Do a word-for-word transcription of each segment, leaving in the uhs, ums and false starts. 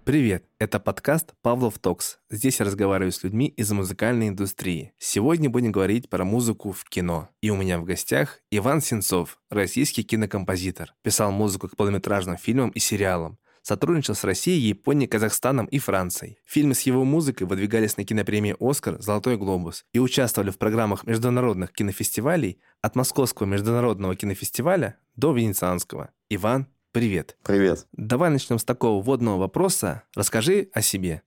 Привет, это подкаст «Павлов Токс». Здесь я разговариваю с людьми из музыкальной индустрии. Сегодня будем говорить про музыку в кино. И у меня в гостях Иван Сенцов, российский кинокомпозитор. Писал музыку к полнометражным фильмам и сериалам. Сотрудничал с Россией, Японией, Казахстаном и Францией. Фильмы с его музыкой выдвигались на кинопремии «Оскар», «Золотой глобус» и участвовали в программах международных кинофестивалей от Московского международного кинофестиваля до Венецианского. Иван, привет. Привет. Давай начнем с такого вводного вопроса. Расскажи о себе.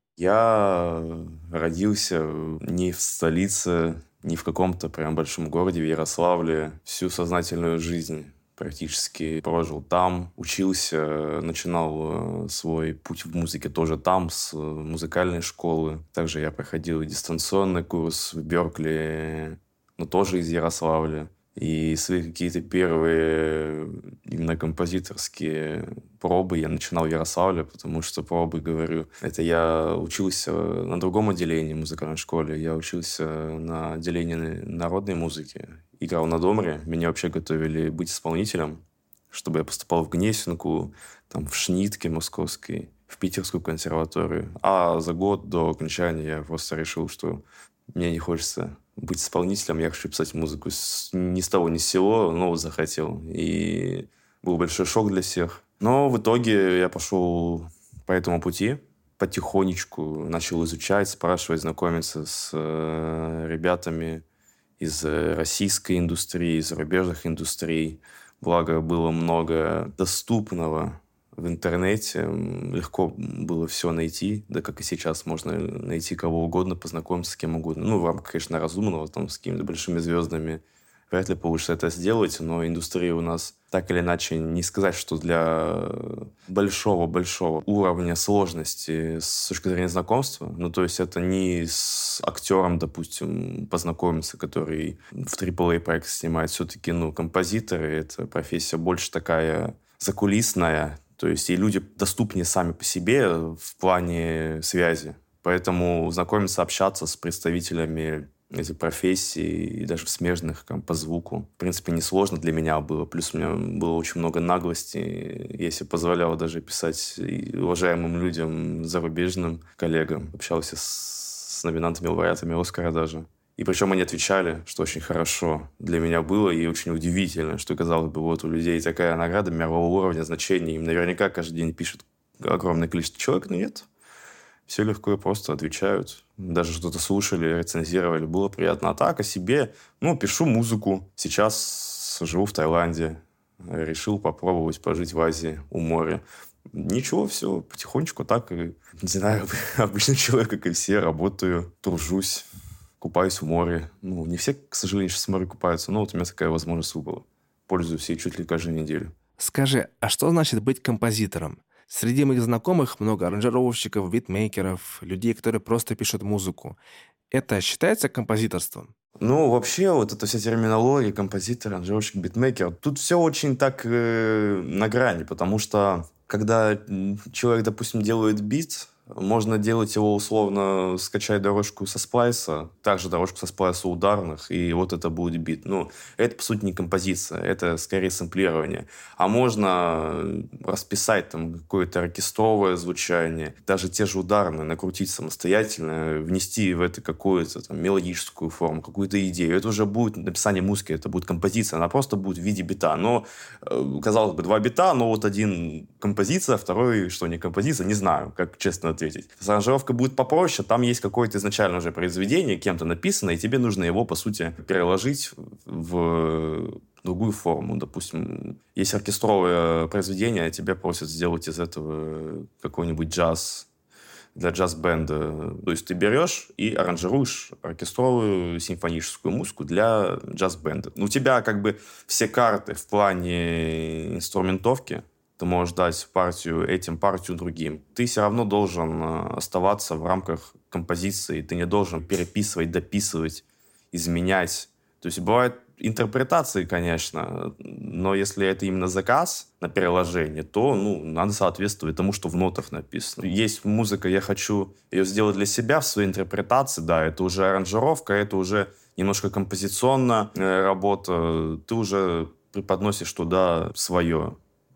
Я родился не в столице, не в каком-то прям большом городе, в Ярославле. Всю сознательную жизнь практически прожил там. Учился, начинал свой путь в музыке тоже там, с музыкальной школы. Также я проходил дистанционный курс в Беркли, но тоже из Ярославля. И свои какие-то первые именно композиторские пробы я начинал в Ярославле, потому что пробы, говорю, это я учился на другом отделении музыкальной школы. Я учился на отделении народной музыки. Играл на домре. Меня вообще готовили быть исполнителем, чтобы я поступал в Гнесинку, там, в Шнитке московской, в Питерскую консерваторию. А за год до окончания я просто решил, что мне не хочется быть исполнителем, я хочу писать музыку ни с того, ни с сего, но вот захотел. И был большой шок для всех. Но в итоге я пошел по этому пути. Потихонечку начал изучать, спрашивать, знакомиться с ребятами из российской индустрии, из зарубежных индустрий. Благо, было много доступного в интернете, легко было все найти, да как и сейчас можно найти кого угодно, познакомиться с кем угодно. Ну, в рамках, конечно, разумного, там, с какими-то большими звездами вряд ли получится это сделать, но индустрия у нас так или иначе, не сказать, что для большого-большого уровня сложности с точки зрения знакомства, ну, то есть это не с актером, допустим, познакомиться, который в трипл эй проект снимает, все-таки, ну, композиторы, это профессия больше такая закулисная. То есть и люди доступнее сами по себе в плане связи. Поэтому знакомиться, общаться с представителями этой профессии и даже в смежных там, по звуку, в принципе, несложно для меня было. Плюс у меня было очень много наглости. Я себе позволял даже писать и уважаемым людям, зарубежным коллегам. Общался с, с номинантами, лауреатами Оскара даже. И причем они отвечали, что очень хорошо для меня было и очень удивительно, что, казалось бы, вот у людей такая награда мирового уровня, значения. Им наверняка каждый день пишет огромное количество человек, но нет. Все легко и просто отвечают. Даже что-то слушали, рецензировали. Было приятно. А так о себе, ну, пишу музыку. Сейчас живу в Таиланде. Решил попробовать пожить в Азии у моря. Ничего, все потихонечку так. И, не знаю, обычный человек, как и все, работаю, тружусь. Купаюсь в море. Ну, не все, к сожалению, сейчас в море купаются, но вот у меня такая возможность выпала. Пользуюсь ей чуть ли каждую неделю. Скажи, а что значит быть композитором? Среди моих знакомых много аранжировщиков, битмейкеров, людей, которые просто пишут музыку. Это считается композиторством? Ну, вообще, вот эта вся терминология, композитор, аранжировщик, битмейкер, тут все очень так э, на грани, потому что когда человек, допустим, делает бит, можно делать его условно, скачать дорожку со сплайса, также дорожку со сплайса ударных, и вот это будет бит. Ну, это, по сути, не композиция, это скорее сэмплирование. А можно расписать там какое-то оркестровое звучание, даже те же ударные накрутить самостоятельно, внести в это какую-то там мелодическую форму, какую-то идею. Это уже будет написание музыки, это будет композиция, она просто будет в виде бита. Но, казалось бы, два бита, но вот один композиция, второй, что не композиция, не знаю, как честно ответить. Аранжировка будет попроще, там есть какое-то изначально уже произведение, кем-то написано, и тебе нужно его, по сути, переложить в другую форму. Допустим, есть оркестровое произведение, а тебя просят сделать из этого какой-нибудь джаз для джаз-бенда. То есть ты берешь и аранжируешь оркестровую симфоническую музыку для джаз-бенда. У тебя как бы все карты в плане инструментовки. Ты можешь дать партию этим, партию другим. Ты все равно должен оставаться в рамках композиции. Ты не должен переписывать, дописывать, изменять. То есть бывают интерпретации, конечно, но если это именно заказ на переложение, то ну, надо соответствовать тому, что в нотах написано. Есть музыка, я хочу ее сделать для себя в своей интерпретации, да, это уже аранжировка, это уже немножко композиционная работа. Ты уже преподносишь туда свое.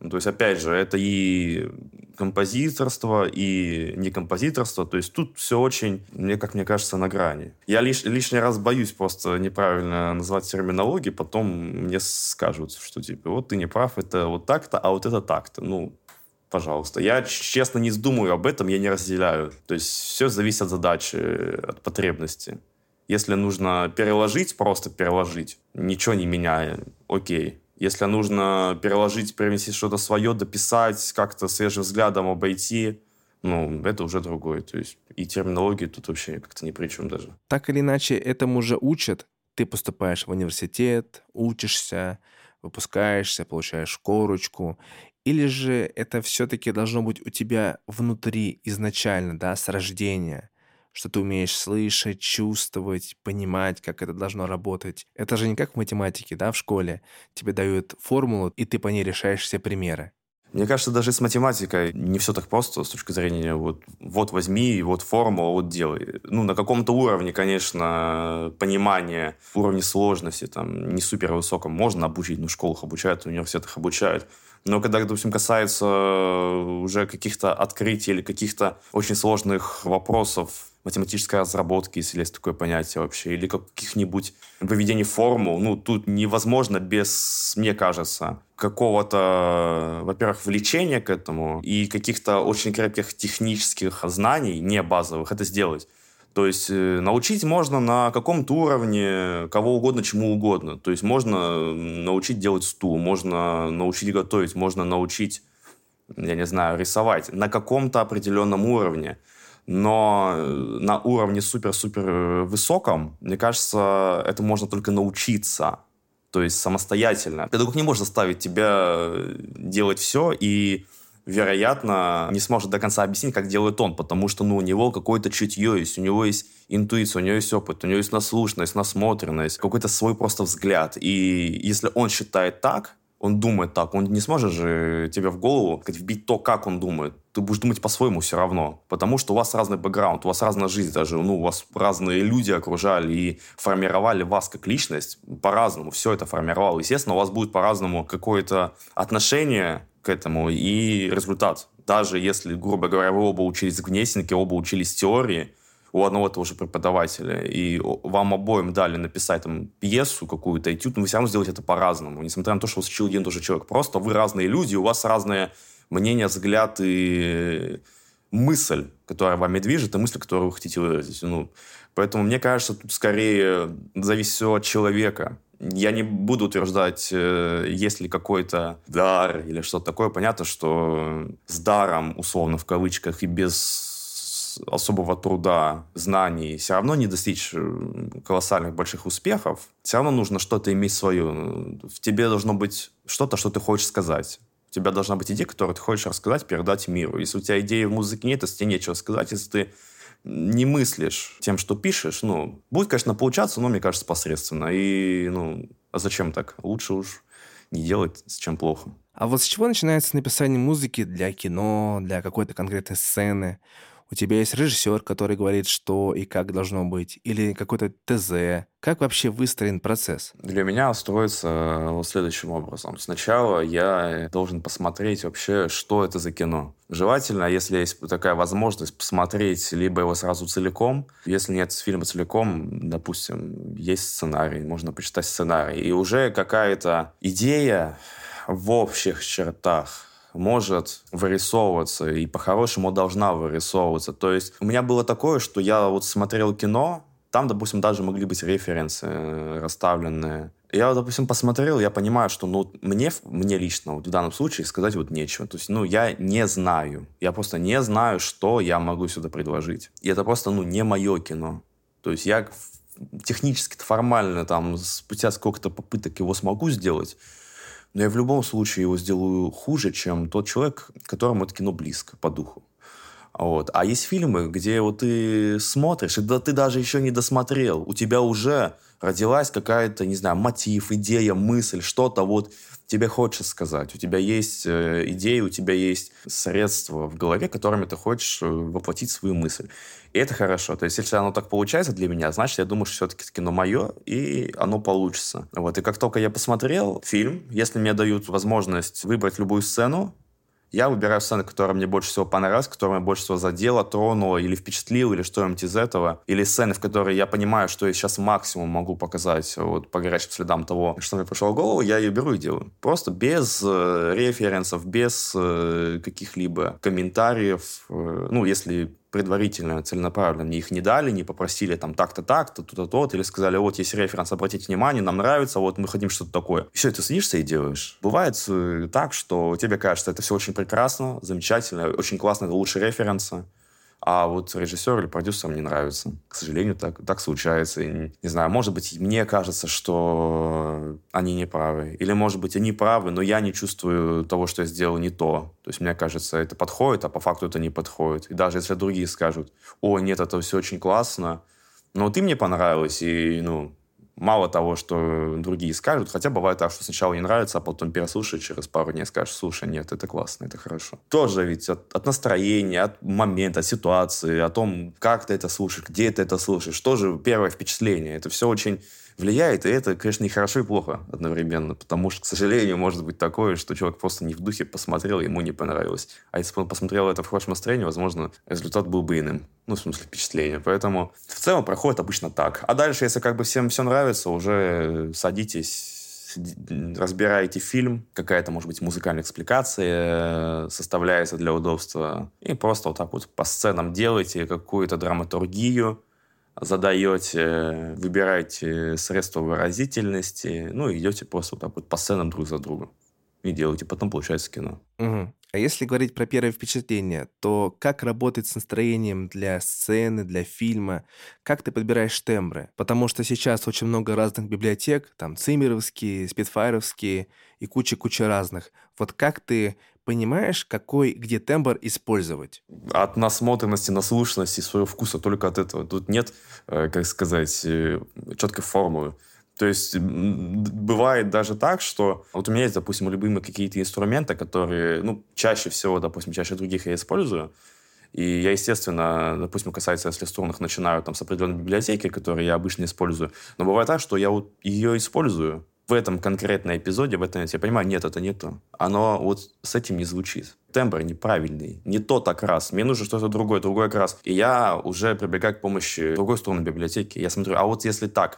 Ну, то есть, опять же, это и композиторство, и не композиторство. То есть тут все очень, мне, как мне кажется, на грани. Я лиш, лишний раз боюсь просто неправильно назвать терминологию, потом мне скажут, что типа вот ты не прав, это вот так-то, а вот это так-то. Ну, пожалуйста. Я, честно, не думаю об этом, я не разделяю. То есть все зависит от задачи, от потребности. Если нужно переложить, просто переложить, ничего не меняя, окей. Если нужно переложить, привнести что-то свое, дописать, как-то свежим взглядом обойти, ну, это уже другое. То есть и терминология тут вообще как-то ни при чем даже. Так или иначе, этому же учат. Ты поступаешь в университет, учишься, выпускаешься, получаешь корочку. Или же это все-таки должно быть у тебя внутри изначально, да, с рождения, что ты умеешь слышать, чувствовать, понимать, как это должно работать. Это же не как в математике, да, в школе. Тебе дают формулу, и ты по ней решаешь все примеры. Мне кажется, даже с математикой не все так просто с точки зрения вот, вот возьми, вот формула, вот делай. Ну, на каком-то уровне, конечно, понимание, уровне сложности, там, не супер высоком, можно обучить, ну, в школах обучают, в университетах обучают. Но когда, допустим, касается уже каких-то открытий или каких-то очень сложных вопросов, математической разработки, если есть такое понятие вообще, или каких-нибудь выведений формул. Ну, тут невозможно без, мне кажется, какого-то, во-первых, влечения к этому и каких-то очень крепких технических знаний, не базовых, это сделать. То есть э, научить можно на каком-то уровне кого угодно, чему угодно. То есть можно научить делать стул, можно научить готовить, можно научить, я не знаю, рисовать на каком-то определенном уровне. Но на уровне супер-супер высоком, мне кажется, это можно только научиться. То есть самостоятельно. Педагог не может заставить тебя делать все и, вероятно, не сможет до конца объяснить, как делает он, потому что ну, у него какое-то чутье есть, у него есть интуиция, у него есть опыт, у него есть наслушанность, насмотренность, какой-то свой просто взгляд. И если он считает так, он думает так, он не сможет же тебе в голову сказать, вбить то, как он думает. Ты будешь думать по-своему все равно, потому что у вас разный бэкграунд, у вас разная жизнь даже, ну, у вас разные люди окружали и формировали вас как личность по-разному, все это формировало. Естественно, у вас будет по-разному какое-то отношение к этому и результат. Даже если, грубо говоря, вы оба учились в Гнесинке, оба учились теории, у одного того же преподавателя, и вам обоим дали написать там пьесу какую-то, этюд, но вы все равно сделаете это по-разному, несмотря на то, что вас учил один и тот же человек. Просто вы разные люди, у вас разные мнения, взгляд и мысль, которая вами движет, и мысль, которую вы хотите выразить. Ну, поэтому, мне кажется, тут скорее зависит все от человека. Я не буду утверждать, есть ли какой-то дар или что-то такое. Понятно, что с даром, условно, в кавычках, и без особого труда, знаний, все равно не достичь колоссальных больших успехов. Все равно нужно что-то иметь свое. В тебе должно быть что-то, что ты хочешь сказать. У тебя должна быть идея, которую ты хочешь рассказать, передать миру. Если у тебя идеи в музыке нет, если тебе нечего сказать, если ты не мыслишь тем, что пишешь, ну, будет, конечно, получаться, но, мне кажется, посредственно. И, ну, а зачем так? Лучше уж не делать, с чем плохо. А вот с чего начинается написание музыки для кино, для какой-то конкретной сцены? У тебя есть режиссер, который говорит, что и как должно быть, или какой-то ТЗ. Как вообще выстроен процесс? Для меня строится вот следующим образом. Сначала я должен посмотреть вообще, что это за кино. Желательно, если есть такая возможность, посмотреть либо его сразу целиком. Если нет фильма целиком, допустим, есть сценарий, можно почитать сценарий. И уже какая-то идея в общих чертах может вырисовываться, и по-хорошему должна вырисовываться. То есть у меня было такое, что я вот смотрел кино, там, допустим, даже могли быть референсы расставленные. Я, допустим, посмотрел, я понимаю, что ну, мне, мне лично вот в данном случае сказать вот нечего. То есть, ну, я не знаю. Я просто не знаю, что я могу сюда предложить. И это просто, ну, не мое кино. То есть я технически, формально, там, спустя сколько-то попыток его смогу сделать, но я в любом случае его сделаю хуже, чем тот человек, которому это кино близко по духу. Вот. А есть фильмы, где вот ты смотришь, и да ты даже еще не досмотрел, у тебя уже родилась какая-то, не знаю, мотив, идея, мысль, что-то вот тебе хочется сказать. У тебя есть э, идеи, у тебя есть средства в голове, которыми ты хочешь э, воплотить свою мысль. И это хорошо. То есть, если оно так получается для меня, значит, я думаю, что все-таки кино мое, и оно получится. Вот. И как только я посмотрел фильм, если мне дают возможность выбрать любую сцену, я выбираю сцену, которая мне больше всего понравилась, которая меня больше всего задела, тронула или впечатлила, или что-нибудь из этого. Или сцены, в которые я понимаю, что я сейчас максимум могу показать вот, по горячим следам того, что мне пришло в голову, я ее беру и делаю. Просто без э, референсов, без э, каких-либо комментариев. Э, ну, если предварительно, целенаправленно мне их не дали, не попросили там так-то, так-то, то-то, то или сказали, вот есть референс, обратите внимание, нам нравится, вот мы хотим что-то такое. И все, ты садишься и делаешь. Бывает э, так, что тебе кажется, это все очень прекрасно, замечательно, очень классно, это лучшие референсы. А вот режиссер или продюсерам не нравится. К сожалению, так, так случается. И, не, не знаю, может быть, мне кажется, что они не правы. Или, может быть, они правы, но я не чувствую того, что я сделал не то. То есть, мне кажется, это подходит, а по факту это не подходит. И даже если другие скажут, о, нет, это все очень классно, но ты мне понравилась, и, ну, мало того, что другие скажут, хотя бывает так, что сначала не нравится, а потом переслушаешь, через пару дней скажешь, слушай, нет, это классно, это хорошо. Тоже ведь от, от настроения, от момента, от ситуации, о том, как ты это слушаешь, где ты это слушаешь, тоже первое впечатление. Это все очень влияет, и это, конечно, и хорошо, и плохо одновременно, потому что, к сожалению, может быть такое, что человек просто не в духе посмотрел, ему не понравилось. А если бы он посмотрел это в хорошем настроении, возможно, результат был бы иным. Ну, в смысле, впечатление. Поэтому в целом проходит обычно так. А дальше, если как бы всем все нравится, уже садитесь, разбираете фильм, какая-то, может быть, музыкальная экспликация составляется для удобства, и просто вот так вот по сценам делаете какую-то драматургию, задаете, выбираете средства выразительности, ну, и идете просто вот так вот по сценам друг за другом. И делаете. Потом получается кино. Мгм. А если говорить про первое впечатление, то как работать с настроением для сцены, для фильма? Как ты подбираешь тембры? Потому что сейчас очень много разных библиотек, там циммеровские, спитфайровские и куча-куча разных. Вот как ты понимаешь, какой, где тембр использовать? От насмотренности, наслушанности, своего вкуса только от этого. Тут нет, э, как сказать, э, четкой формулы. То есть м, д- бывает даже так, что вот у меня есть, допустим, любимые какие-то инструменты, которые, ну, чаще всего, допустим, чаще других я использую. И я, естественно, допустим, касается, если струнных, начинаю там с определенной библиотеки, которую я обычно использую. Но бывает так, что я вот ее использую в этом конкретном эпизоде, в этом я понимаю, нет, это не то. Оно вот с этим не звучит. Тембр неправильный. Не тот окрас. Мне нужно что-то другое, другой окрас. И я уже прибегаю к помощи другой струнной библиотеки. Я смотрю, а вот если так,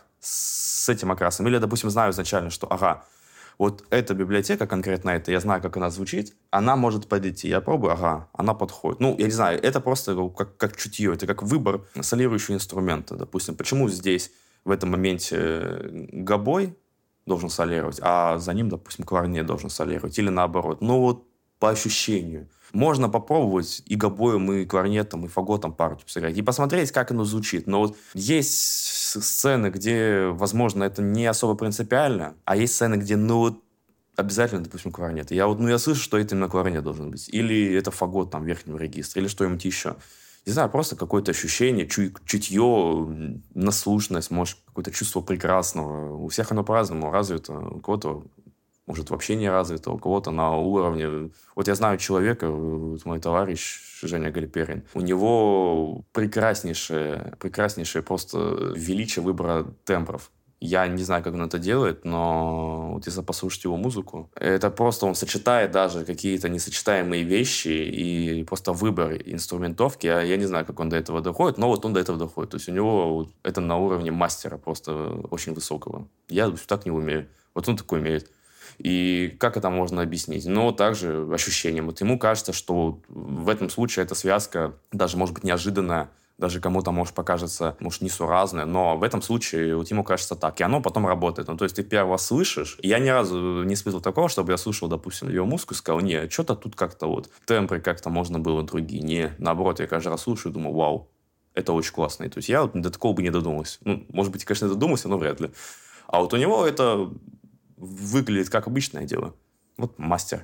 с этим окрасом, или, допустим, знаю изначально, что, ага, вот эта библиотека, конкретно эта, я знаю, как она звучит, она может подойти. Я пробую, ага, она подходит. Ну, я не знаю, это просто как, как чутье, это как выбор солирующего инструмента. Допустим, почему здесь в этом моменте гобой должен солировать, а за ним, допустим, кларнет должен солировать. Или наоборот. Ну, вот по ощущению. Можно попробовать и гобоем, и кларнетом, и фаготом партию сыграть, и посмотреть, как оно звучит. Но вот есть сцены, где, возможно, это не особо принципиально, а есть сцены, где, ну, вот обязательно, допустим, кларнет. Я вот, ну, я слышу, что это именно кларнет должен быть. Или это фагот там в верхнем регистре, или что-нибудь еще. Не знаю, просто какое-то ощущение, чу- чутье, наслушанность, может, какое-то чувство прекрасного. У всех оно по-разному развито. У кого-то, может, вообще не развито, у кого-то на уровне... Вот я знаю человека, вот мой товарищ Женя Гальперин, у него прекраснейшее, прекраснейшее просто величие выбора тембров. Я не знаю, как он это делает, но вот если послушать его музыку, это просто он сочетает даже какие-то несочетаемые вещи и просто выбор инструментовки. Я, я не знаю, как он до этого доходит, но вот он до этого доходит. То есть у него вот это на уровне мастера просто очень высокого. Я так не умею. Вот он такой умеет. И как это можно объяснить? Ну, также ощущением. Вот ему кажется, что в этом случае эта связка даже, может быть, неожиданная, даже кому-то, может, покажется, может, несуразное, но в этом случае вот ему кажется так, и оно потом работает. Ну, то есть ты первый раз слышишь, и я ни разу не испытывал такого, чтобы я слушал, допустим, его музыку и сказал, не, что-то тут как-то вот, тембры как-то можно было другие. Не, наоборот, я каждый раз слушаю и думаю, вау, это очень классно. И, то есть я вот до такого бы не додумался. Ну, может быть, конечно, додумался, но вряд ли. А вот у него это выглядит как обычное дело. Вот мастер.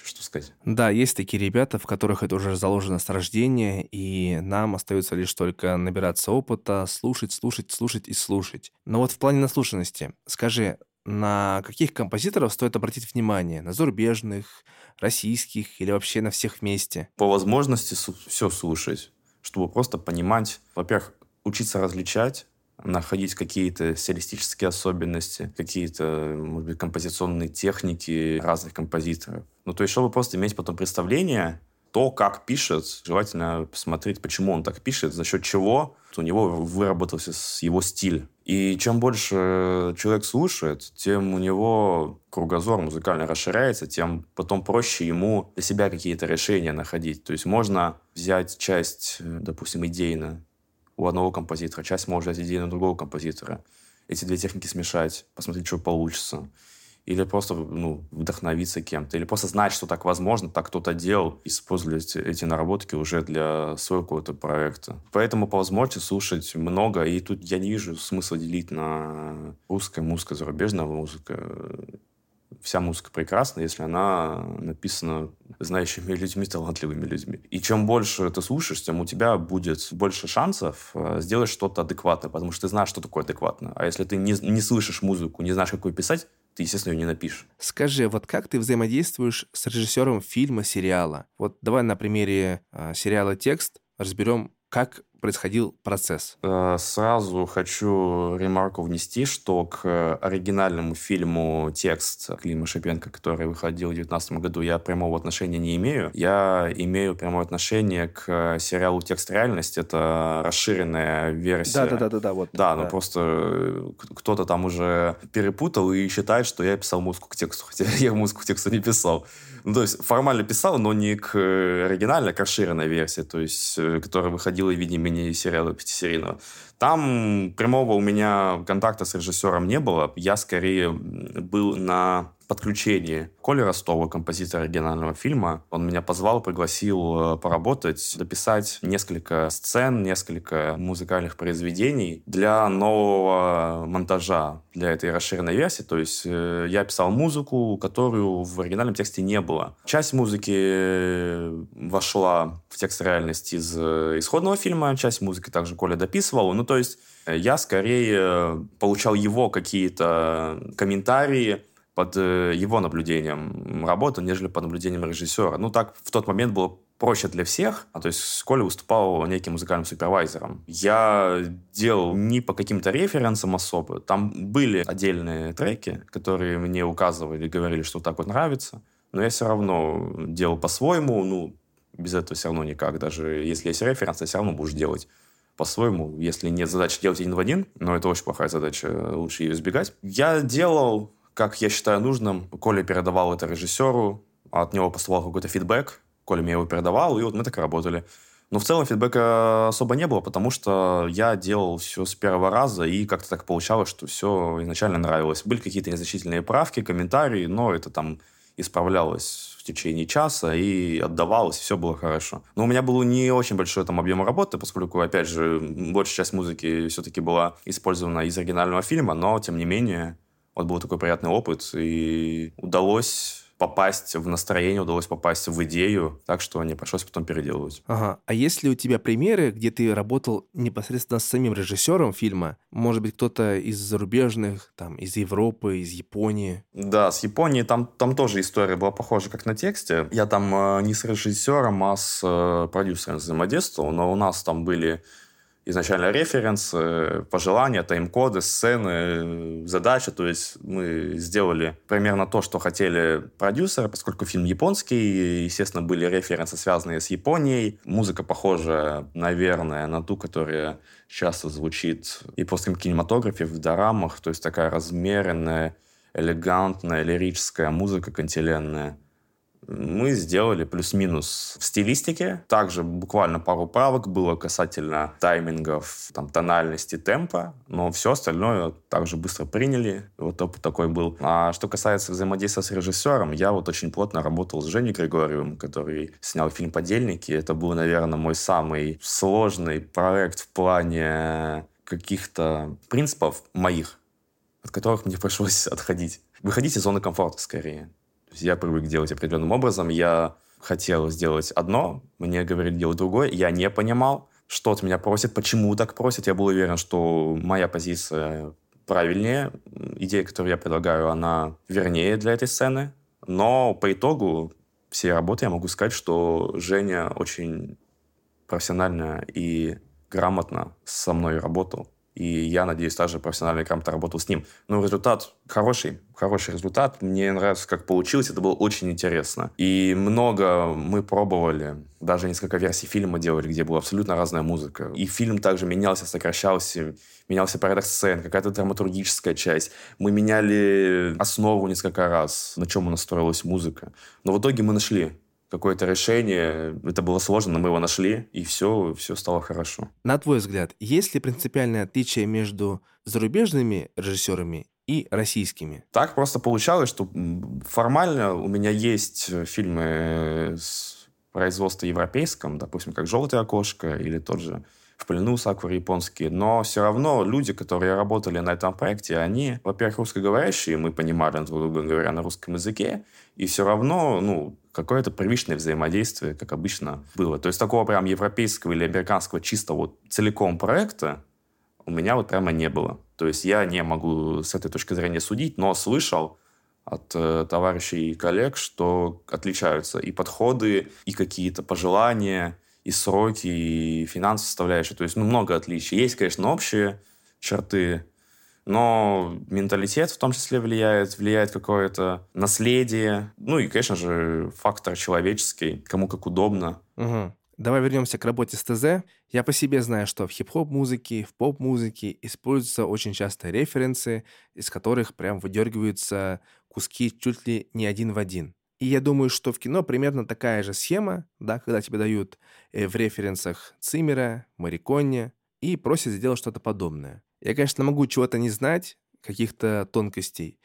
что сказать. Да, есть такие ребята, в которых это уже заложено с рождения, и нам остается лишь только набираться опыта, слушать, слушать, слушать и слушать. Но вот в плане наслушанности, скажи, на каких композиторов стоит обратить внимание? На зарубежных, российских или вообще на всех вместе? По возможности все слушать, чтобы просто понимать, во-первых, учиться различать, находить какие-то стилистические особенности, какие-то, может быть, композиционные техники разных композиторов. Ну, то есть, чтобы просто иметь потом представление, то, как пишет, желательно посмотреть, почему он так пишет, за счет чего у него выработался его стиль. И чем больше человек слушает, тем у него кругозор музыкально расширяется, тем потом проще ему для себя какие-то решения находить. То есть можно взять часть, допустим, идейно у одного композитора, часть может взять идейно другого композитора. Эти две техники смешать, посмотреть, что получится. Или просто ну, вдохновиться кем-то. Или просто знать, что так возможно, так кто-то делал, использовать эти наработки уже для своего какого-то проекта. Поэтому по возможности слушать много. И тут я не вижу смысла делить на русская музыка, зарубежная музыка. Вся музыка прекрасна, если она написана знающими людьми, талантливыми людьми. И чем больше ты слушаешь, тем у тебя будет больше шансов сделать что-то адекватное, потому что ты знаешь, что такое адекватно. А если ты не, не слышишь музыку, не знаешь, какую писать, ты, естественно, ее не напишешь. Скажи, вот как ты взаимодействуешь с режиссером фильма, сериала? Вот давай на примере э, сериала «Текст» разберем, как происходил процесс. Сразу хочу ремарку внести, что к оригинальному фильму «Текст» Клима Шипенко, который выходил в две тысячи девятнадцатом году, я прямого отношения не имею. Я имею прямое отношение к сериалу «Текст. Реальность». Это расширенная версия. Да-да-да, вот. Да, но да. Просто кто-то там уже перепутал и считает, что я писал музыку к тексту, хотя я музыку к тексту не писал. Ну, то есть формально писал, но не к оригинальной, а к расширенной версии, то есть, которая выходила в виде мини-сериала пятисерийного. Там прямого у меня контакта с режиссером не было. Я скорее был на подключении Коли Ростова, композитора оригинального фильма. Он меня позвал, пригласил поработать, дописать несколько сцен, несколько музыкальных произведений для нового монтажа, для этой расширенной версии. То есть я писал музыку, которую в оригинальном тексте не было. Часть музыки вошла в текст реальности из исходного фильма, часть музыки также Коля дописывал. Ну, то есть я скорее получал его какие-то комментарии под его наблюдением работы, нежели под наблюдением режиссера. Ну, так в тот момент было проще для всех. А, то есть Коля выступал неким музыкальным супервайзером. Я делал не по каким-то референсам особо. Там были отдельные треки, которые мне указывали, говорили, что так вот нравится. Но я все равно делал по-своему. Ну, без этого все равно никак. Даже если есть референс, ты все равно будешь делать по-своему, если нет задачи делать один в один. Но это очень плохая задача, лучше ее избегать. Я делал, как я считаю нужным. Коля передавал это режиссеру, от него поступал какой-то фидбэк. Коля мне его передавал, и вот мы так и работали. Но в целом фидбэка особо не было, потому что я делал все с первого раза, и как-то так получалось, что все изначально нравилось. Были какие-то незначительные правки, комментарии, но это там исправлялось в течение часа и отдавалось, все было хорошо. Но у меня был не очень большой там объем работы, поскольку, опять же, большая часть музыки все-таки была использована из оригинального фильма, но, тем не менее, вот был такой приятный опыт, и удалось попасть в настроение, удалось попасть в идею, так что не пришлось потом переделывать. Ага. А есть ли у тебя примеры, где ты работал непосредственно с самим режиссером фильма? Может быть, кто-то из зарубежных, там, из Европы, из Японии? Да, с Японией там, там тоже история была похожа, как на тексте. Я там э, не с режиссером, а с э, продюсером взаимодействовал, но у нас там были изначально референсы, пожелания, тайм-коды, сцены, задачи. То есть мы сделали примерно то, что хотели продюсеры, поскольку фильм японский. Естественно, были референсы, связанные с Японией. Музыка похожа, наверное, на ту, которая часто звучит и в японском кинематографе, в дорамах. То есть такая размеренная, элегантная, лирическая музыка кантиленная. Мы сделали плюс-минус в стилистике. Также буквально пару правок было касательно таймингов, там, тональности, темпа. Но все остальное также быстро приняли. Вот опыт такой был. А что касается взаимодействия с режиссером, я вот очень плотно работал с Женей Григорьевым, который снял фильм «Подельники». Это был, наверное, мой самый сложный проект в плане каких-то принципов моих, от которых мне пришлось отходить. Выходить из зоны комфорта скорее. То есть я привык делать определенным образом, я хотел сделать одно, мне говорили делать другое, я не понимал, что от меня просят, почему так просят. Я был уверен, что моя позиция правильнее, идея, которую я предлагаю, она вернее для этой сцены. Но по итогу всей работы я могу сказать, что Женя очень профессионально и грамотно со мной работал. И я, надеюсь, также профессионально и грамотно работал с ним. Но результат хороший, хороший результат. Мне нравится, как получилось. Это было очень интересно. И много мы пробовали. Даже несколько версий фильма делали, где была абсолютно разная музыка. И фильм также менялся, сокращался, менялся порядок сцен, какая-то драматургическая часть. Мы меняли основу несколько раз, на чем у нас строилась музыка. Но в итоге мы нашли какое-то решение. Это было сложно, но мы его нашли, и все, все стало хорошо. На твой взгляд, есть ли принципиальное отличие между зарубежными режиссерами и российскими? Так просто получалось, что формально у меня есть фильмы с производства европейском, допустим, как «Желтое окошко» или тот же «В плену Сакуры» японские, но все равно люди, которые работали на этом проекте, они, во-первых, русскоговорящие, мы понимали друг друга, говоря на русском языке, и все равно, ну, какое-то привычное взаимодействие, как обычно, было. То есть такого прям европейского или американского чисто вот целиком проекта у меня вот прямо не было. То есть я не могу с этой точки зрения судить, но слышал от э, товарищей и коллег, что отличаются и подходы, и какие-то пожелания, и сроки, и финансовая составляющая. То есть ну, много отличий. Есть, конечно, общие черты, но менталитет в том числе влияет, влияет какое-то наследие. Ну и, конечно же, фактор человеческий, кому как удобно. Угу. Давай вернемся к работе с ТЗ. Я по себе знаю, что в хип-хоп-музыке, в поп-музыке используются очень часто референсы, из которых прям выдергиваются куски чуть ли не один в один. И я думаю, что в кино примерно такая же схема, да, когда тебе дают э, в референсах Циммера, Морриконе и просят сделать что-то подобное. Я, конечно, могу чего-то не знать, каких-то тонкостей,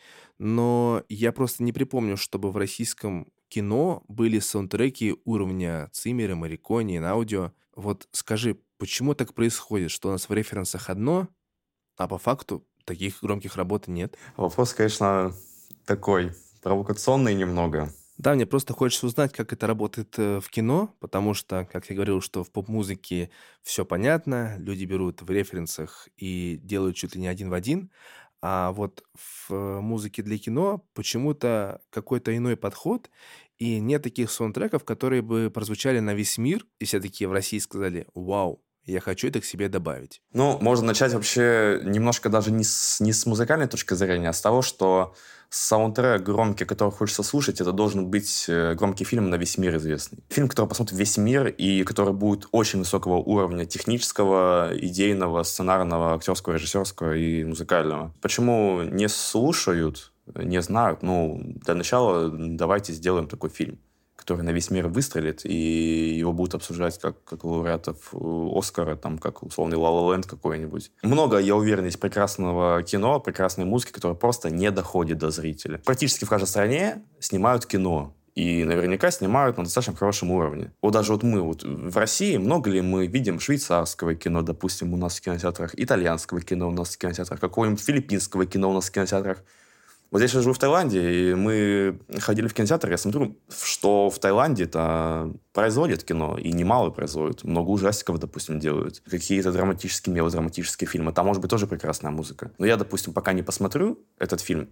но я просто не припомню, чтобы в российском кино были саундтреки уровня Циммера, Морриконе, Наудио. Вот скажи, почему так происходит, что у нас в референсах одно, а по факту таких громких работ нет? Вопрос, конечно, такой провокационный немного. Да, мне просто хочется узнать, как это работает э, в кино, потому что, как я говорил, что в поп-музыке все понятно, люди берут в референсах и делают чуть ли не один в один, а вот в э, музыке для кино почему-то какой-то иной подход, и нет таких саундтреков, которые бы прозвучали на весь мир, и все такие в России сказали «Вау, я хочу это к себе добавить». Ну, можно начать вообще немножко даже не с, не с музыкальной точки зрения, а с того, что саундтрек громкий, который хочется слушать, это должен быть громкий фильм на весь мир известный. Фильм, который посмотрит весь мир и который будет очень высокого уровня технического, идейного, сценарного, актерского, режиссерского и музыкального. Почему не слушают, не знают? Ну, для начала давайте сделаем такой фильм, который на весь мир выстрелит, и его будут обсуждать как, как лауреатов Оскара, там, как условный «Ла Ла Ленд» какой-нибудь. Много, я уверен, есть прекрасного кино, прекрасной музыки, которая просто не доходит до зрителя. Практически в каждой стране снимают кино. И наверняка снимают на достаточно хорошем уровне. Вот даже вот мы вот в России, много ли мы видим швейцарского кино, допустим, у нас в кинотеатрах, итальянского кино у нас в кинотеатрах, какого-нибудь филиппинского кино у нас в кинотеатрах. Вот здесь я живу в Таиланде, и мы ходили в кинотеатр, я смотрю, что в Таиланде-то производят кино, и немало производят. Много ужастиков, допустим, делают. Какие-то драматические, мелодраматические фильмы. Там может быть тоже прекрасная музыка. Но я, допустим, пока не посмотрю этот фильм,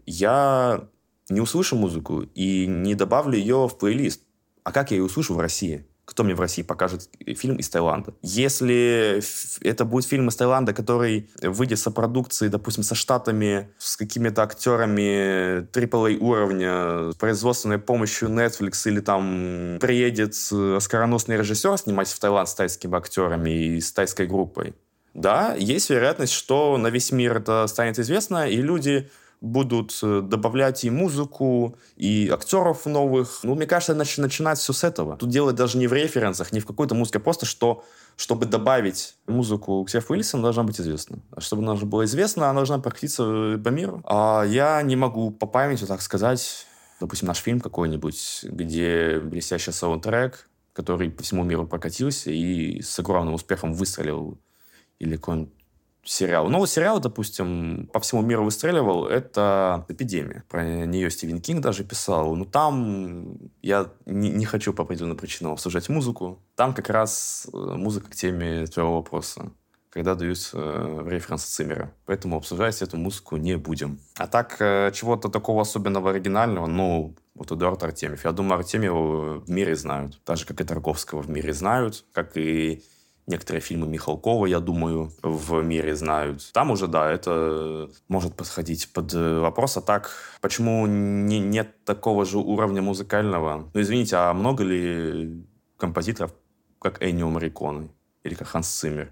я не услышу музыку и не добавлю ее в плейлист. А как я ее услышу в России? Кто мне в России покажет фильм из Таиланда? Если это будет фильм из Таиланда, который выйдет со продукцией, допустим, со Штатами, с какими-то актерами трипл эй уровня, с производственной помощью Netflix, или там приедет оскароносный режиссер снимать в Таиланд с тайскими актерами и с тайской группой, да, есть вероятность, что на весь мир это станет известно, и люди будут добавлять и музыку, и актеров новых. Ну, мне кажется, начи- начинать все с этого. Тут дело даже не в референсах, не в какой-то музыке, а просто что, чтобы добавить музыку к Сефу Уильямсу, она должна быть известна. А чтобы она была известна, она должна прокатиться по миру. А я не могу по памяти так сказать, допустим, наш фильм какой-нибудь, где блестящий саундтрек, который по всему миру прокатился и с огромным успехом выстрелил, или какой-нибудь сериал. Ну, вот сериал, допустим, по всему миру выстреливал, это «Эпидемия». Про нее Стивен Кинг даже писал. Но там я не, не хочу по определенным причинам обсуждать музыку. Там как раз музыка к теме твоего вопроса, когда дают э, референсы Циммера. Поэтому обсуждать эту музыку не будем. А так, э, чего-то такого особенного оригинального, ну, вот Эдуард Артемьев. Я думаю, Артемьева в мире знают. Так же, как и Тарковского в мире знают, как и некоторые фильмы Михалкова, я думаю, в мире знают. Там уже, да, это может подходить под вопрос. А так, почему не, нет такого же уровня музыкального? Ну, извините, а много ли композиторов, как Эннио Морриконе или как Ханс Циммер?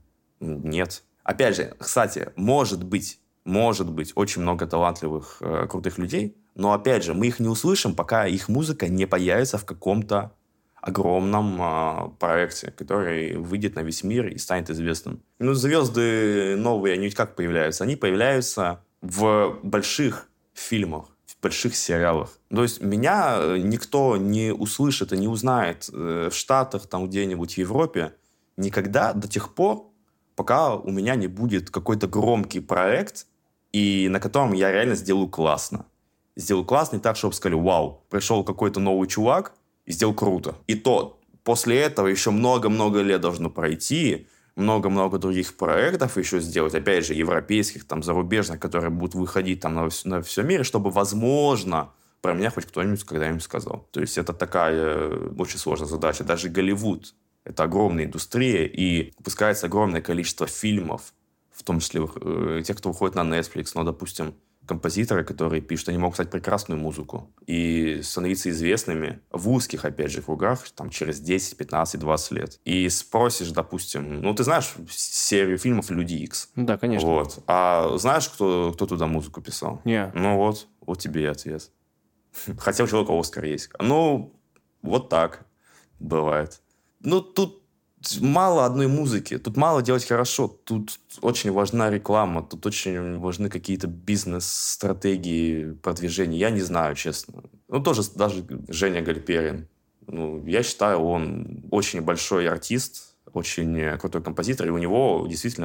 Нет. Опять же, кстати, может быть, может быть очень много талантливых, э, крутых людей, но, опять же, мы их не услышим, пока их музыка не появится в каком-то огромном э, проекте, который выйдет на весь мир и станет известным. Ну, звезды новые, они ведь как появляются? Они появляются в больших фильмах, в больших сериалах. То есть меня никто не услышит и не узнает э, в Штатах, там где-нибудь в Европе никогда до тех пор, пока у меня не будет какой-то громкий проект, и на котором я реально сделаю классно. Сделаю классно и так, чтобы сказали: вау, пришел какой-то новый чувак и сделал круто. И то после этого еще много-много лет должно пройти, много-много других проектов еще сделать, опять же, европейских, там, зарубежных, которые будут выходить там на, вс- на все мире, чтобы, возможно, про меня хоть кто-нибудь когда-нибудь сказал. То есть это такая э, очень сложная задача. Даже Голливуд — это огромная индустрия, и выпускается огромное количество фильмов, в том числе э, тех, кто выходит на Netflix, но, допустим, композиторы, которые пишут, они могут писать прекрасную музыку и становиться известными в узких, опять же, кругах, там, через десять, пятнадцать, двадцать лет. И спросишь, допустим, ну, ты знаешь серию фильмов «Люди Икс»? Да, конечно. Вот. А знаешь, кто, кто туда музыку писал? Не. Ну, вот, вот тебе и ответ. Хотя у человека Оскар есть. Ну, вот так бывает. Ну, тут мало одной музыки. Тут мало делать хорошо. Тут очень важна реклама. Тут очень важны какие-то бизнес-стратегии продвижения. Я не знаю, честно. Ну, тоже даже Женя Гальперин. Ну, я считаю, он очень большой артист, очень крутой композитор. И у него действительно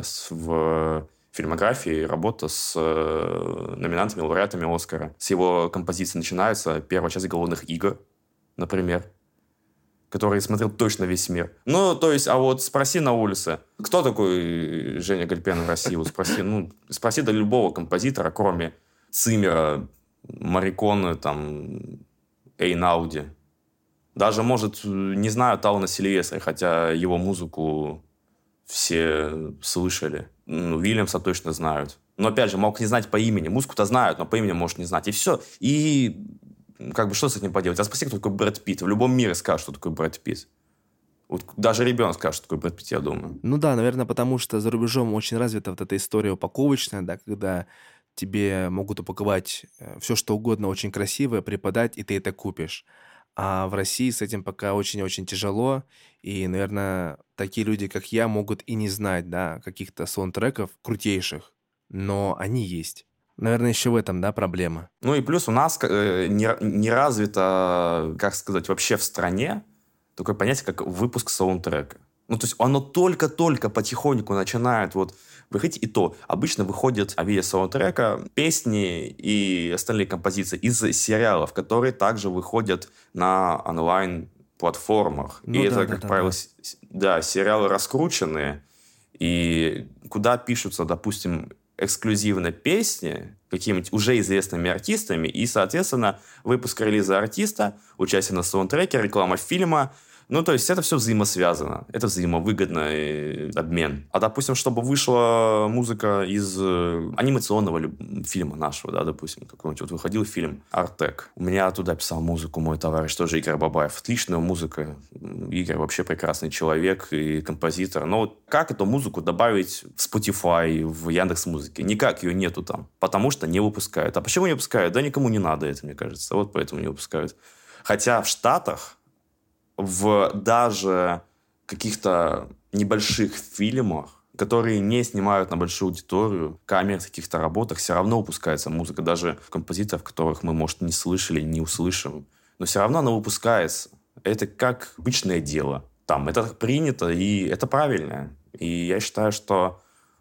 в фильмографии работа с номинантами, лауреатами Оскара. С его композиции начинается первая часть «Голодных игр», например, который смотрел точно весь мир. Ну, то есть, а вот спроси на улице, кто такой Женя Гальперин в России? Вот спроси, ну, спроси до любого композитора, кроме Циммера, Морриконе, там, Эйнауди. Даже, может, не знаю Талана Сильвестри, хотя его музыку все слышали. Ну, Уильямса точно знают. Но, опять же, могут не знать по имени. Музыку-то знают, но по имени, может, не знать. И все. И как бы что с этим поделать? А спроси, кто такой Брэд Питт. В любом мире скажут, что такое Брэд Питт. Вот даже ребенок скажет, что такое Брэд Питт, я думаю. Ну да, наверное, потому что за рубежом очень развита вот эта история упаковочная, да, когда тебе могут упаковать все, что угодно, очень красивое, преподать, и ты это купишь. А в России с этим пока очень-очень тяжело, и, наверное, такие люди, как я, могут и не знать, да, каких-то саундтреков крутейших, но они есть. Наверное, еще в этом, да, проблема. Ну и плюс у нас э, не, не развито, как сказать, вообще в стране такое понятие, как выпуск саундтрека. Ну, то есть оно только-только потихоньку начинает вот выходить, и то обычно выходят в виде саундтрека песни и остальные композиции из сериалов, которые также выходят на онлайн-платформах. Ну и да, это, да, как да, правило, да. с- с- да, сериалы раскрученные, и куда пишутся, допустим, эксклюзивно песни какими-нибудь уже известными артистами, и, соответственно, выпуск релиза артиста, участие на саундтреке, реклама фильма. Ну, то есть это все взаимосвязано. Это взаимовыгодный обмен. А, допустим, чтобы вышла музыка из э, анимационного люб- фильма нашего, да, допустим, какой-нибудь вот выходил фильм «Артек». У меня туда писал музыку мой товарищ, тоже Игорь Бабаев. Отличная музыка. Игорь вообще прекрасный человек и композитор. Но вот как эту музыку добавить в Spotify, в Яндекс.Музыке? Никак ее нету там. Потому что не выпускают. А почему не выпускают? Да никому не надо это, мне кажется. Вот поэтому не выпускают. Хотя в Штатах в даже каких-то небольших фильмах, которые не снимают на большую аудиторию, камер, каких-то работах, все равно выпускается музыка. Даже композиторов, которых мы, может, не слышали, не услышим. Но все равно она выпускается. Это как обычное дело. Там это принято, и это правильно. И я считаю, что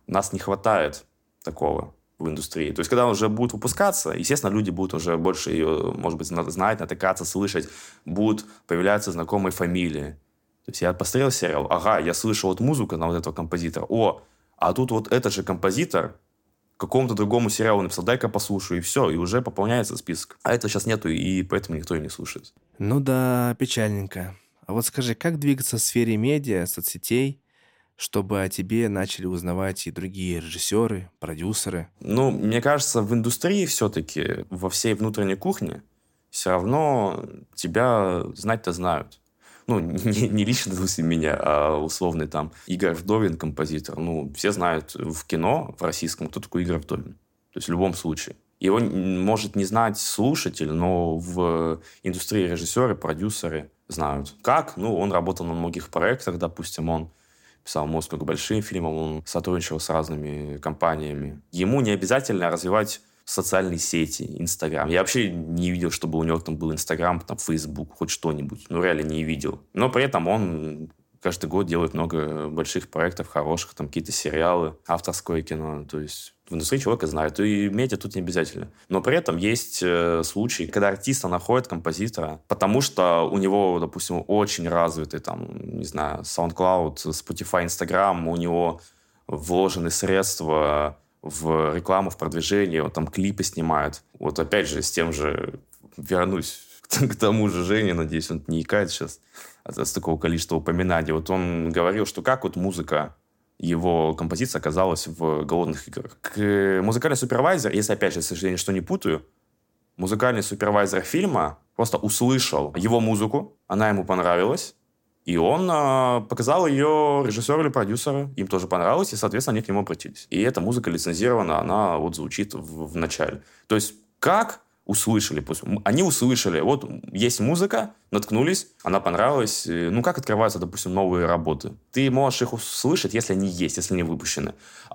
У нас не хватает такого в индустрии. То есть, когда он уже будет выпускаться, естественно, люди будут уже больше ее, может быть, знать, натыкаться, слышать, будут появляться знакомые фамилии. То есть, я посмотрел сериал, ага, я слышал вот музыку на вот этого композитора, о, а тут вот этот же композитор какому-то другому сериалу написал, дай-ка послушаю, и все, и уже пополняется список. А этого сейчас нету, и поэтому никто и не слушает. Ну да, печальненько. А вот скажи, как двигаться в сфере медиа, соцсетей, чтобы о тебе начали узнавать и другие режиссеры, продюсеры? Ну, мне кажется, в индустрии все-таки, во всей внутренней кухне, все равно тебя знать-то знают. Ну, не, не лично, допустим, меня, а условный там Игорь Вдовин, композитор. Ну, все знают в кино, в российском, кто такой Игорь Вдовин. То есть в любом случае. Его может не знать слушатель, но в индустрии режиссеры, продюсеры знают. Как? Ну, он работал на многих проектах, допустим, он писал музыку к большим фильмам, он сотрудничал с разными компаниями. Ему не обязательно развивать социальные сети, Инстаграм. Я вообще не видел, чтобы у него там был Инстаграм, там, Фейсбук, хоть что-нибудь. Ну, реально не видел. Но при этом он каждый год делает много больших проектов, хороших, там, какие-то сериалы, авторское кино. То есть в индустрии человека знают. И медиа тут не обязательно. Но при этом есть э, случаи, когда артиста находят, композитора, потому что у него, допустим, очень развитый, там, не знаю, SoundCloud, Spotify, Instagram, у него вложены средства в рекламу, в продвижение, он там клипы снимает. Вот опять же, с тем же вернусь к тому же Жене, надеюсь, он не икает сейчас от, от такого количества упоминаний. Вот он говорил, что как вот музыка, его композиция оказалась в «Голодных играх». К музыкальный супервайзер, если, опять же, к сожалению, что не путаю, музыкальный супервайзер фильма просто услышал его музыку, она ему понравилась, и он э, показал ее режиссеру или продюсеру, им тоже понравилось, и, соответственно, они к нему обратились. И эта музыка лицензирована, она вот звучит в, в начале. То есть как услышали? Они услышали, вот есть музыка, наткнулись, она понравилась. Ну, как открываются, допустим, новые работы? Ты можешь их услышать, если они есть, если они выпущены.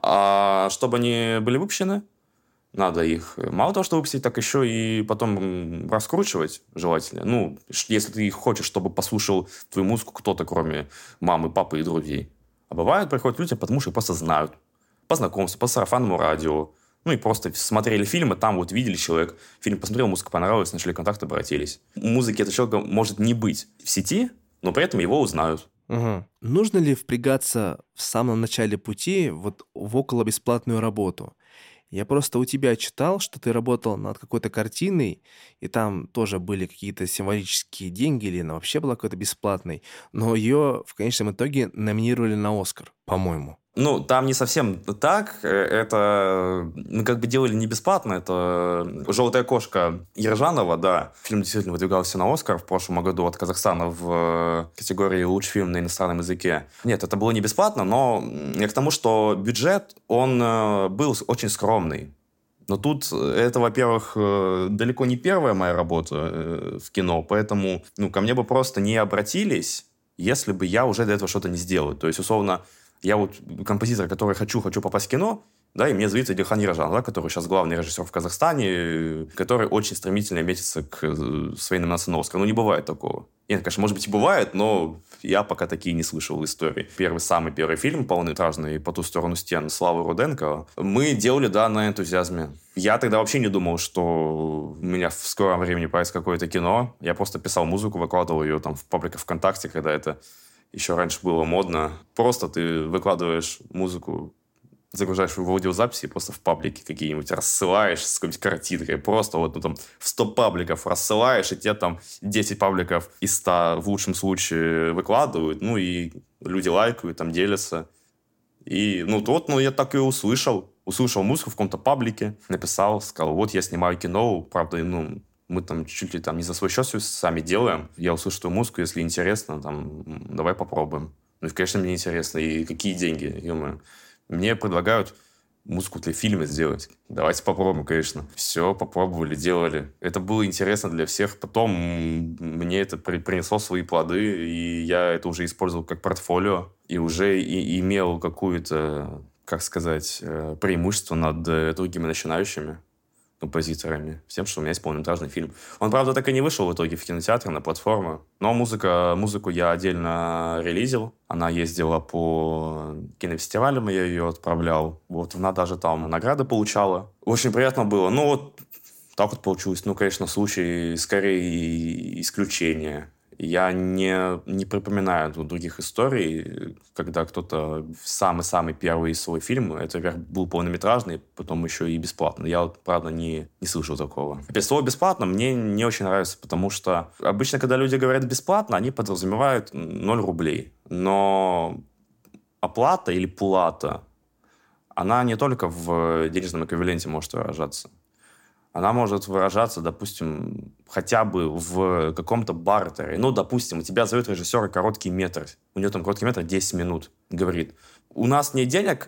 А чтобы они были выпущены, надо их мало того, что выпустить, так еще и потом раскручивать желательно. Ну, если ты хочешь, чтобы послушал твою музыку кто-то, кроме мамы, папы и друзей. А бывает, приходят люди, потому что их просто знают. По знакомству, по сарафанному радио. Ну и просто смотрели фильмы, там вот видели человек, фильм посмотрел, музыка понравилась, нашли контакт, обратились. Музыки этого человека может не быть в сети, но при этом его узнают. Угу. Нужно ли впрягаться в самом начале пути вот в околобесплатную работу? Я просто у тебя читал, что ты работал над какой-то картиной, и там тоже были какие-то символические деньги, или она вообще была какой-то бесплатной, но ее в конечном итоге номинировали на «Оскар», по-моему. Ну, там не совсем так. Это мы как бы делали не бесплатно. Это «Желтая кошка» Ержанова, да. Фильм действительно выдвигался на «Оскар» в прошлом году от Казахстана в категории «Лучший фильм на иностранном языке». Нет, это было не бесплатно, но я к тому, что бюджет, он был очень скромный. Но тут это, во-первых, далеко не первая моя работа в кино, поэтому ну, ко мне бы просто не обратились, если бы я уже до этого что-то не сделал. То есть, условно, я вот композитор, который хочу, хочу попасть в кино, да, и мне звонит Идельхан Ержанов, да, который сейчас главный режиссер в Казахстане, который очень стремительно метится к своей номинации на «Оскар». Ну, не бывает такого. Нет, конечно, может быть, и бывает, но я пока такие не слышал в истории. Первый, самый первый фильм, полнометражный «По ту сторону стен» Славы Руденко, мы делали, да, на энтузиазме. Я тогда вообще не думал, что у меня в скором времени появится какое-то кино. Я просто писал музыку, выкладывал ее там в паблике ВКонтакте, когда это еще раньше было модно. Просто ты выкладываешь музыку, загружаешь в аудиозаписи, просто в паблике какие-нибудь рассылаешь с какой-нибудь картинкой. Просто вот ну, там в сто пабликов рассылаешь, и тебе там десять пабликов из ста в лучшем случае выкладывают. Ну и люди лайкают, там делятся. И ну вот, ну я так и услышал. Услышал музыку в каком-то паблике, написал, сказал, вот я снимаю кино, правда, ну... Мы там чуть ли там не за свой счет сами делаем. Я услышу твою музыку, если интересно, там, давай попробуем. Ну, и, конечно, мне интересно. И какие деньги, ё-моё. Мне предлагают музыку для фильма сделать. Давайте попробуем, конечно. Все, попробовали, делали. Это было интересно для всех. Потом мне это при- принесло свои плоды, и я это уже использовал как портфолио. И уже и- имел какую-то, как сказать, преимущество над другими начинающими. композиторами, с тем, что у меня есть полнометражный фильм. Он, правда, так и не вышел в итоге в кинотеатр, на платформу. Но музыка, музыку я отдельно релизил. Она ездила по кинофестивалям, я ее отправлял. Вот она даже там награды получала. Очень приятно было. Ну, вот так вот получилось. Ну, конечно, случай скорее исключение. Я не, не припоминаю других историй, когда кто-то самый-самый первый свой фильм, это был полнометражный, потом еще и бесплатный. Я, вот, правда, не, не слышал такого. Опять, слово «бесплатно» мне не очень нравится, потому что обычно, когда люди говорят «бесплатно», они подразумевают ноль рублей. Но оплата или плата, она не только в денежном эквиваленте может выражаться. Она может выражаться, допустим, хотя бы в каком-то бартере. Ну, допустим, у тебя зовет режиссера короткий метр. У него там короткий метр десять минут. Говорит, у нас нет денег,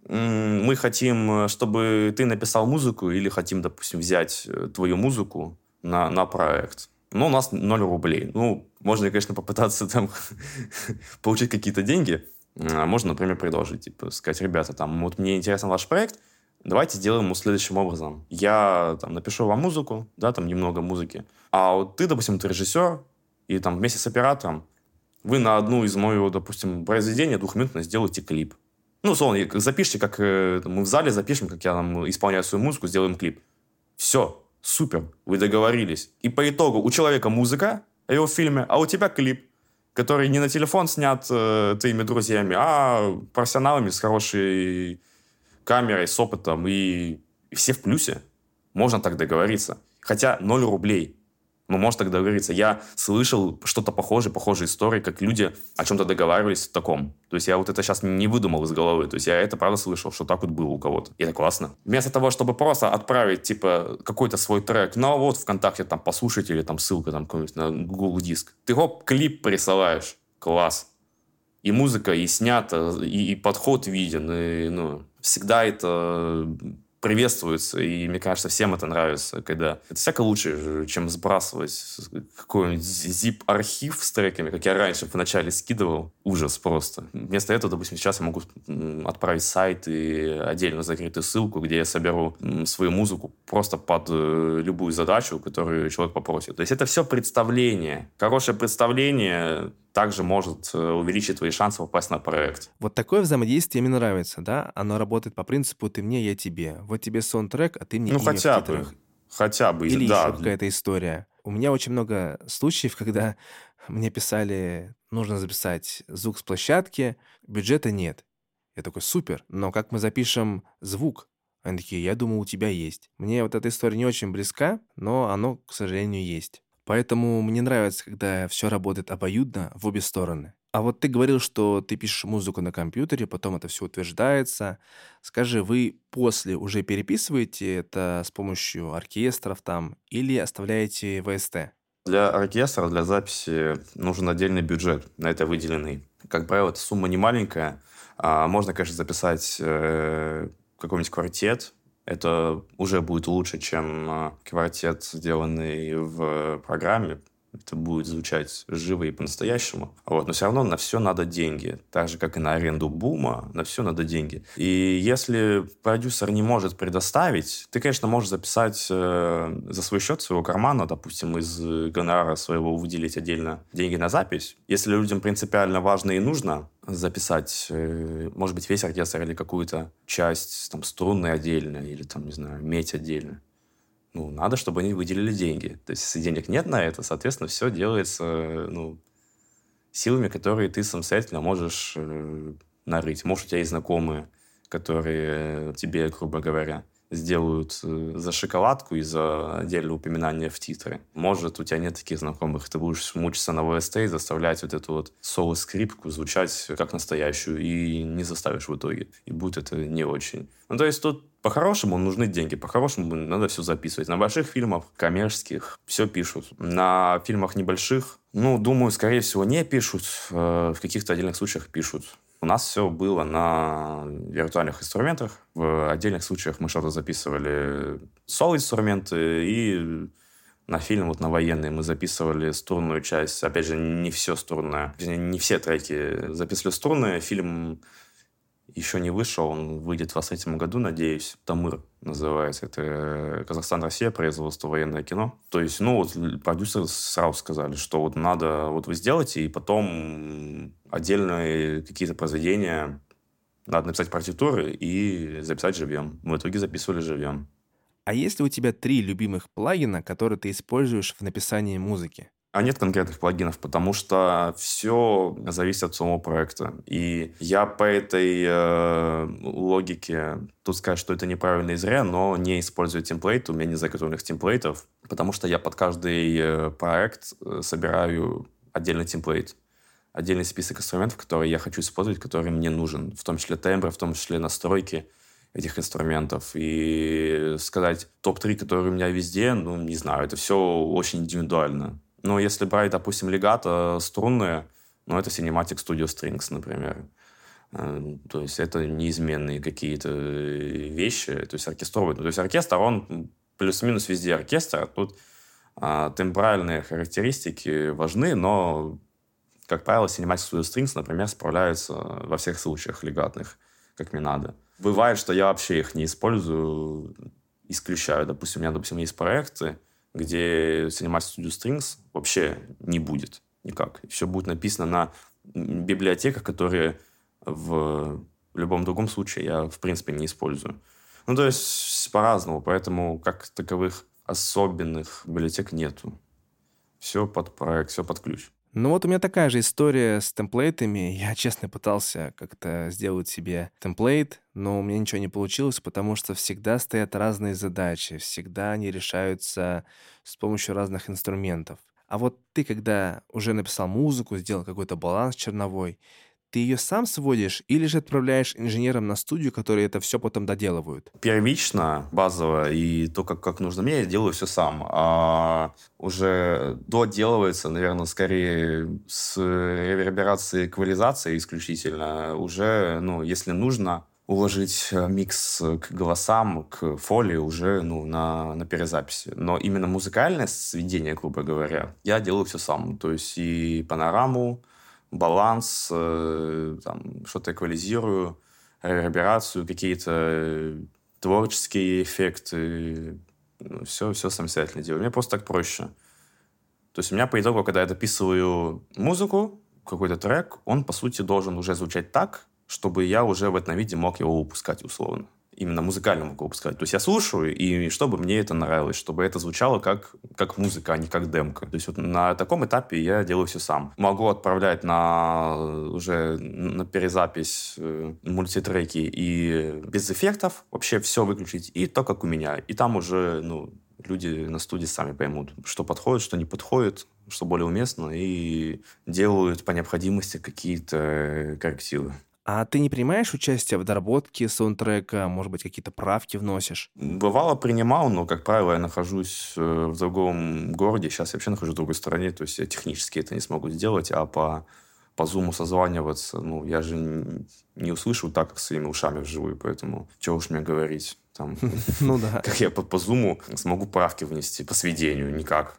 мы хотим, чтобы ты написал музыку, или хотим, допустим, взять твою музыку на, на проект. Но у нас ноль рублей. Ну, можно, конечно, попытаться там получить какие-то деньги. Можно, например, предложить, типа, сказать, ребята, там, вот мне интересен ваш проект, давайте сделаем его следующим образом. Я там напишу вам музыку, да, там немного музыки, а вот ты, допустим, ты режиссер, и там вместе с оператором вы на одну из моего, допустим, произведения двухминутно сделаете клип. Ну, условно, запишите, как мы в зале запишем, как я там исполняю свою музыку, сделаем клип. Все, супер, вы договорились. И по итогу у человека музыка о его фильме, а у тебя клип, который не на телефон снят э, твоими друзьями, а профессионалами с хорошей камерой, с опытом, и, и все в плюсе. Можно так договориться. Хотя ноль рублей. Но можно так договориться. Я слышал что-то похожее, похожие истории, как люди о чем-то договаривались в таком. То есть я вот это сейчас не выдумал из головы. То есть я это правда слышал, что так вот было у кого-то. И это классно. Вместо того, чтобы просто отправить, типа, какой-то свой трек, ну, а вот ВКонтакте там послушайте, или там ссылка там на Google Диск. Ты хоп, клип присылаешь. Класс. И музыка, и снято, и, и подход виден, и, ну, всегда это приветствуется, и мне кажется, всем это нравится, когда это всяко лучше, чем сбрасывать какой-нибудь zip-архив с треками, как я раньше вначале скидывал. Ужас просто. Вместо этого, допустим, сейчас я могу отправить сайт и отдельно закрытую ссылку, где я соберу свою музыку просто под любую задачу, которую человек попросит. То есть это все представление. Хорошее представление также может увеличить твои шансы попасть на проект. Вот такое взаимодействие мне нравится, да? Оно работает по принципу «ты мне, я тебе». Вот тебе саундтрек, а ты мне ну, имя хотя в титрах. бы. Хотя бы. Или да. еще какая-то история. У меня очень много случаев, когда мне писали, нужно записать звук с площадки, бюджета нет. Я такой, супер, но как мы запишем звук? Они такие, я думаю, у тебя есть. Мне вот эта история не очень близка, но оно, к сожалению, есть. Поэтому мне нравится, когда все работает обоюдно в обе стороны. А вот ты говорил, что ты пишешь музыку на компьютере, потом это все утверждается. Скажи, вы после уже переписываете это с помощью оркестров там или оставляете ви эс ти? Для оркестра, для записи нужен отдельный бюджет, на это выделенный. Как правило, эта сумма не маленькая. А можно, конечно, записать э, какой-нибудь квартет. Это уже будет лучше, чем квартет, сделанный в программе. Это будет звучать живо и по-настоящему. Вот. Но все равно на все надо деньги. Так же, как и на аренду бума, на все надо деньги. И если продюсер не может предоставить, ты, конечно, можешь записать э, за свой счет, своего кармана, допустим, из гонорара своего выделить отдельно деньги на запись. Если людям принципиально важно и нужно записать, э, может быть, весь оркестр или какую-то часть там, струнной отдельно, или, там, не знаю, медь отдельно. Ну, надо, чтобы они выделили деньги. То есть, если денег нет на это, соответственно, все делается, ну, силами, которые ты самостоятельно можешь э, нарыть. Может, у тебя есть знакомые, которые тебе, грубо говоря, сделают э, за шоколадку и за отдельное упоминание в титры. Может, у тебя нет таких знакомых, ты будешь мучиться на ви эс ти и заставлять вот эту вот соло-скрипку звучать как настоящую, и не заставишь в итоге. И будет это не очень. Ну, то есть, тут по-хорошему нужны деньги, по-хорошему надо все записывать. На больших фильмах, коммерческих, все пишут. На фильмах небольших, ну, думаю, скорее всего, не пишут. В каких-то отдельных случаях пишут. У нас все было на виртуальных инструментах. В отдельных случаях мы что-то записывали соло-инструменты, и на фильм, вот на военный, мы записывали струнную часть. Опять же, не все струнное. Не все треки записывали струнные. Фильм еще не вышел, он выйдет в двадцать третьем году, надеюсь. «Тамыр» называется. Это Казахстан-Россия, производство военное кино. То есть, ну, вот продюсеры сразу сказали, что вот надо, вот вы сделаете, и потом отдельные какие-то произведения надо написать партитуры и записать живьем. Мы в итоге записывали живьем. А есть ли у тебя три любимых плагина, которые ты используешь в написании музыки? А нет конкретных плагинов, потому что все зависит от самого проекта. И я по этой э, логике, тут сказать, что это неправильно и зря, но не использую темплейт, у меня нет заготовленных темплейтов, потому что я под каждый э, проект собираю отдельный темплейт, отдельный список инструментов, которые я хочу использовать, который мне нужен, в том числе тембры, в том числе настройки этих инструментов. И сказать топ три, которые у меня везде, ну, не знаю, это все очень индивидуально. Но если брать, допустим, легато струнные, ну, это Cinematic Studio Strings, например. То есть это неизменные какие-то вещи. То есть оркестровые. То есть оркестр, он плюс-минус везде оркестр. Тут а, тембральные характеристики важны, но, как правило, Cinematic Studio Strings, например, справляются во всех случаях легатных, как мне надо. Бывает, что я вообще их не использую, исключаю. Допустим, у меня, допустим, есть проекты, где Cinematic Studio Strings вообще не будет никак. Все будет написано на библиотеках, которые в любом другом случае я, в принципе, не использую. Ну, то есть по-разному, поэтому как таковых особенных библиотек нету. Все под проект, все под ключ. Ну вот у меня такая же история с темплейтами. Я, честно, пытался как-то сделать себе темплейт, но у меня ничего не получилось, потому что всегда стоят разные задачи, всегда они решаются с помощью разных инструментов. А вот ты, когда уже написал музыку, сделал какой-то баланс черновой, ты ее сам сводишь или же отправляешь инженерам на студию, которые это все потом доделывают? Первично, базово, и то, как, как нужно мне, я делаю все сам. А уже доделывается, наверное, скорее с реверберацией, эквализацией исключительно. Уже, ну, если нужно, уложить микс к голосам, к фолии уже ну, на, на перезаписи. Но именно музыкальное сведение, грубо говоря, я делаю все сам. То есть и панораму, баланс, э, там, что-то эквализирую, реверберацию, какие-то творческие эффекты. Ну, все, все самостоятельно делаю. Мне просто так проще. То есть у меня по итогу, когда я дописываю музыку, какой-то трек, он, по сути, должен уже звучать так, чтобы я уже в этом виде мог его выпускать условно. Именно музыкально мог его выпускать. То есть я слушаю, и чтобы мне это нравилось, чтобы это звучало как, как музыка, а не как демка. То есть вот на таком этапе я делаю все сам. Могу отправлять на уже на перезапись э, мультитреки и без эффектов, вообще все выключить, и то, как у меня. И там уже, ну, люди на студии сами поймут, что подходит, что не подходит, что более уместно, и делают по необходимости какие-то коррективы. А ты не принимаешь участие в доработке саундтрека, может быть, какие-то правки вносишь? Бывало, принимал, но, как правило, я нахожусь в другом городе. Сейчас я вообще нахожусь в другой стране, то есть я технически это не смогу сделать, а по, по Zoom созваниваться, ну, я же не, не услышу так, как своими ушами вживую, поэтому чего уж мне говорить. Там, ну да. Как я по, по Zoom смогу правки внести по сведению? Никак.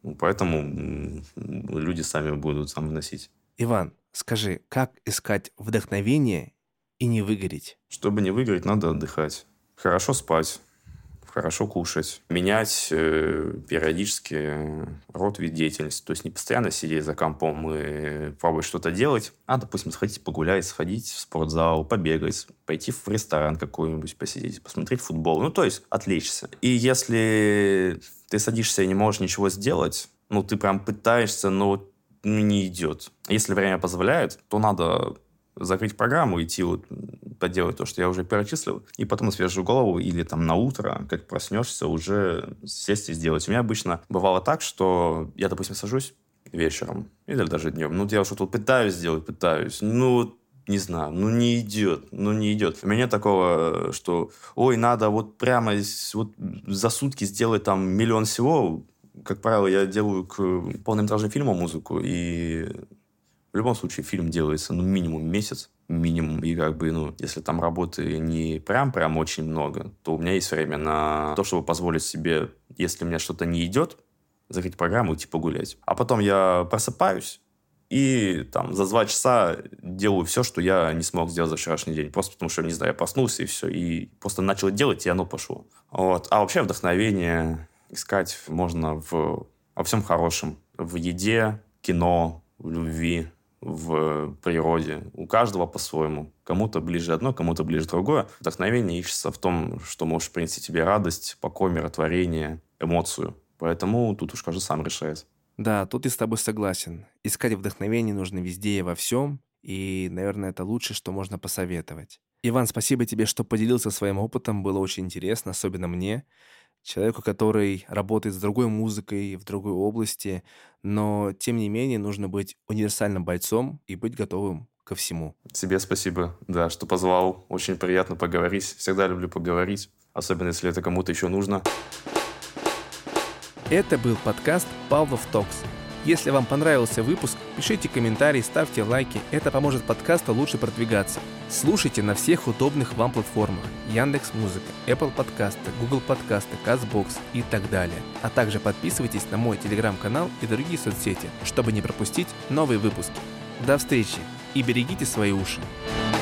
Поэтому люди сами будут сам вносить. Иван, скажи, как искать вдохновение и не выгореть? Чтобы не выгореть, надо отдыхать. Хорошо спать, хорошо кушать. Менять э, периодически род, вид деятельности. То есть не постоянно сидеть за компом и пробовать что-то делать, а, допустим, сходить погулять, сходить в спортзал, побегать, пойти в ресторан какой-нибудь посидеть, посмотреть футбол. Ну, то есть отвлечься. И если ты садишься и не можешь ничего сделать, ну, ты прям пытаешься, но не идет. Если время позволяет, то надо закрыть программу, идти вот поделать то, что я уже перечислил, и потом на свежую голову или там на утро, как проснешься, уже сесть и сделать. У меня обычно бывало так, что я, допустим, сажусь вечером или даже днем, ну, я что-то пытаюсь сделать, пытаюсь, ну, не знаю, ну, не идет, ну, не идет. У меня такого, что, ой, надо вот прямо вот за сутки сделать там миллион всего. Как правило, я делаю к полнометражным фильмам музыку, и в любом случае фильм делается, ну, минимум месяц, минимум, и как бы, ну, если там работы не прям-прям очень много, то у меня есть время на то, чтобы позволить себе, если у меня что-то не идет, закрыть программу и идти погулять. А потом я просыпаюсь, И там за два часа делаю все, что я не смог сделать за вчерашний день. Просто потому что, не знаю, я проснулся и все. И просто начал делать, и оно пошло. Вот. А вообще вдохновение искать можно в, во всем хорошем. В еде, кино, в любви, в природе. У каждого по-своему. Кому-то ближе одно, кому-то ближе другое. Вдохновение ищется в том, что может принести тебе радость, покой, миротворение, эмоцию. Поэтому тут уж каждый сам решает. Да, тут я с тобой согласен. Искать вдохновение нужно везде и во всем, и, наверное, это лучшее, что можно посоветовать. Иван, спасибо тебе, что поделился своим опытом, было очень интересно, особенно мне, человеку, который работает с другой музыкой в другой области, но, тем не менее, нужно быть универсальным бойцом и быть готовым ко всему. Тебе спасибо, да, что позвал. Очень приятно поговорить. Всегда люблю поговорить, особенно если это кому-то еще нужно. Это был подкаст Pavlov Talks. Если вам понравился выпуск, пишите комментарии, ставьте лайки. Это поможет подкасту лучше продвигаться. Слушайте на всех удобных вам платформах: Яндекс.Музыка, Apple подкасты, Google подкасты, Castbox и так далее. А также подписывайтесь на мой телеграм-канал и другие соцсети, чтобы не пропустить новые выпуски. До встречи и берегите свои уши.